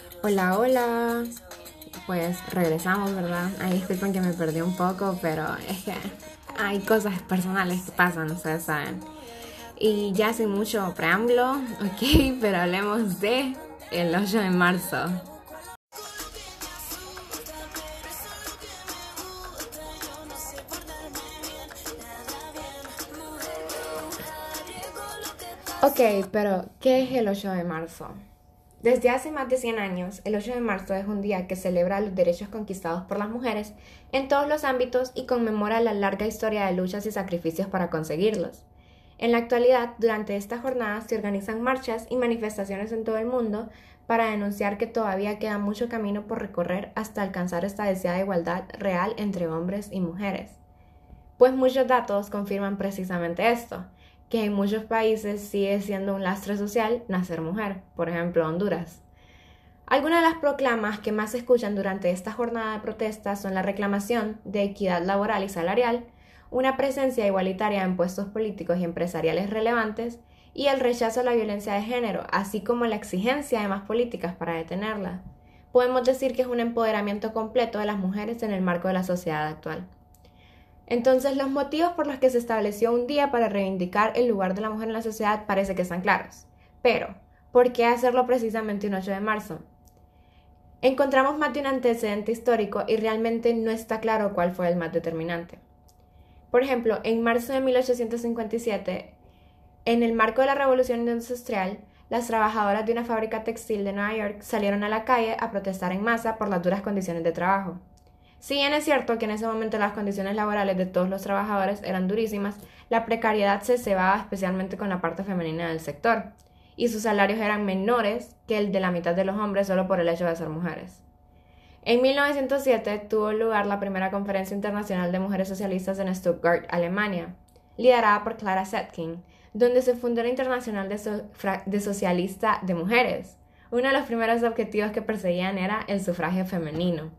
Hola, hola. Pues regresamos, ¿verdad? Ahí disculpen que me perdí un poco, pero es que hay cosas personales que pasan, ustedes saben. Y ya sin mucho preámbulo, ok, pero hablemos de el 8 de marzo. Ok, pero ¿qué es el 8 de marzo? Desde hace más de 100 años, el 8 de marzo es un día que celebra los derechos conquistados por las mujeres en todos los ámbitos y conmemora la larga historia de luchas y sacrificios para conseguirlos. En la actualidad, durante esta jornada se organizan marchas y manifestaciones en todo el mundo para denunciar que todavía queda mucho camino por recorrer hasta alcanzar esta deseada igualdad real entre hombres y mujeres. Pues muchos datos confirman precisamente esto, que en muchos países sigue siendo un lastre social nacer mujer, por ejemplo Honduras. Algunas de las proclamas que más se escuchan durante esta jornada de protesta son la reclamación de equidad laboral y salarial, una presencia igualitaria en puestos políticos y empresariales relevantes y el rechazo a la violencia de género, así como la exigencia de más políticas para detenerla. Podemos decir que es un empoderamiento completo de las mujeres en el marco de la sociedad actual. Entonces, los motivos por los que se estableció un día para reivindicar el lugar de la mujer en la sociedad parece que están claros. Pero, ¿por qué hacerlo precisamente un 8 de marzo? Encontramos más de un antecedente histórico y realmente no está claro cuál fue el más determinante. Por ejemplo, en marzo de 1857, en el marco de la Revolución Industrial, las trabajadoras de una fábrica textil de Nueva York salieron a la calle a protestar en masa por las duras condiciones de trabajo. Si bien es cierto que en ese momento las condiciones laborales de todos los trabajadores eran durísimas, la precariedad se cebaba especialmente con la parte femenina del sector, y sus salarios eran menores que el de la mitad de los hombres solo por el hecho de ser mujeres. En 1907 tuvo lugar la primera conferencia internacional de mujeres socialistas en Stuttgart, Alemania, liderada por Clara Zetkin, donde se fundó la Internacional de Socialista de Mujeres. Uno de los primeros objetivos que perseguían era el sufragio femenino.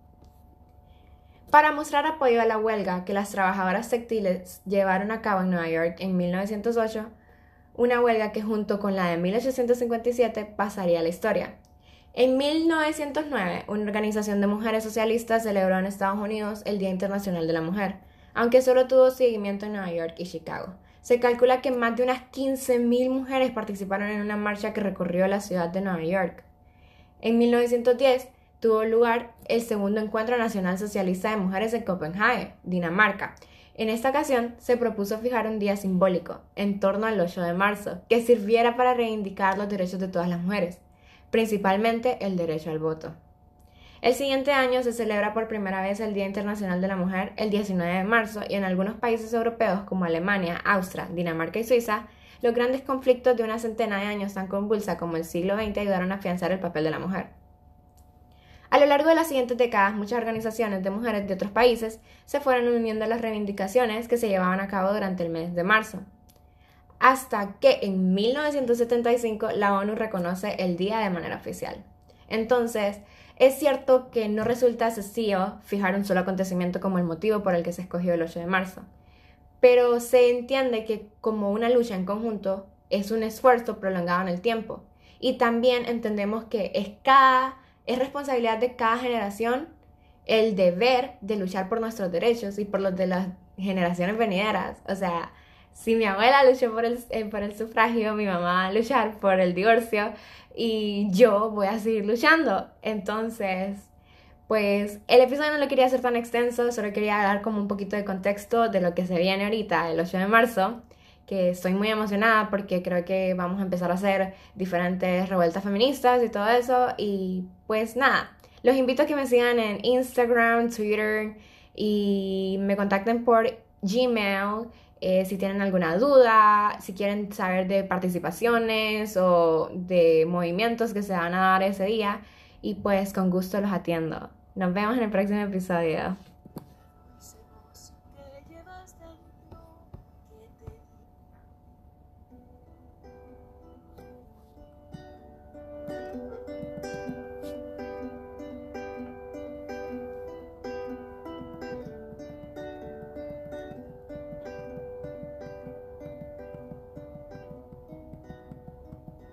Para mostrar apoyo a la huelga que las trabajadoras textiles llevaron a cabo en Nueva York en 1908, una huelga que junto con la de 1857 pasaría a la historia. En 1909, una organización de mujeres socialistas celebró en Estados Unidos el Día Internacional de la Mujer, aunque solo tuvo seguimiento en Nueva York y Chicago. Se calcula que más de unas 15.000 mujeres participaron en una marcha que recorrió la ciudad de Nueva York. En 1910, tuvo lugar el segundo Encuentro Nacional Socialista de Mujeres en Copenhague, Dinamarca. En esta ocasión se propuso fijar un día simbólico, en torno al 8 de marzo, que sirviera para reivindicar los derechos de todas las mujeres, principalmente el derecho al voto. El siguiente año se celebra por primera vez el Día Internacional de la Mujer el 19 de marzo y en algunos países europeos como Alemania, Austria, Dinamarca y Suiza, los grandes conflictos de una centena de años tan convulsa como el siglo XX ayudaron a afianzar el papel de la mujer. A lo largo de las siguientes décadas, muchas organizaciones de mujeres de otros países se fueron uniendo a las reivindicaciones que se llevaban a cabo durante el mes de marzo, hasta que en 1975 la ONU reconoce el día de manera oficial. Entonces, es cierto que no resulta sencillo fijar un solo acontecimiento como el motivo por el que se escogió el 8 de marzo, pero se entiende que como una lucha en conjunto es un esfuerzo prolongado en el tiempo, y también entendemos que es responsabilidad de cada generación el deber de luchar por nuestros derechos y por los de las generaciones venideras. O sea, si mi abuela luchó por el sufragio, mi mamá va a luchar por el divorcio y yo voy a seguir luchando. Entonces, pues el episodio no lo quería hacer tan extenso, solo quería dar como un poquito de contexto de lo que se viene ahorita, el 8 de marzo, que estoy muy emocionada porque creo que vamos a empezar a hacer diferentes revueltas feministas y todo eso. Y pues nada, los invito a que me sigan en Instagram, Twitter y me contacten por Gmail si tienen alguna duda, si quieren saber de participaciones o de movimientos que se van a dar ese día. Y pues con gusto los atiendo. Nos vemos en el próximo episodio.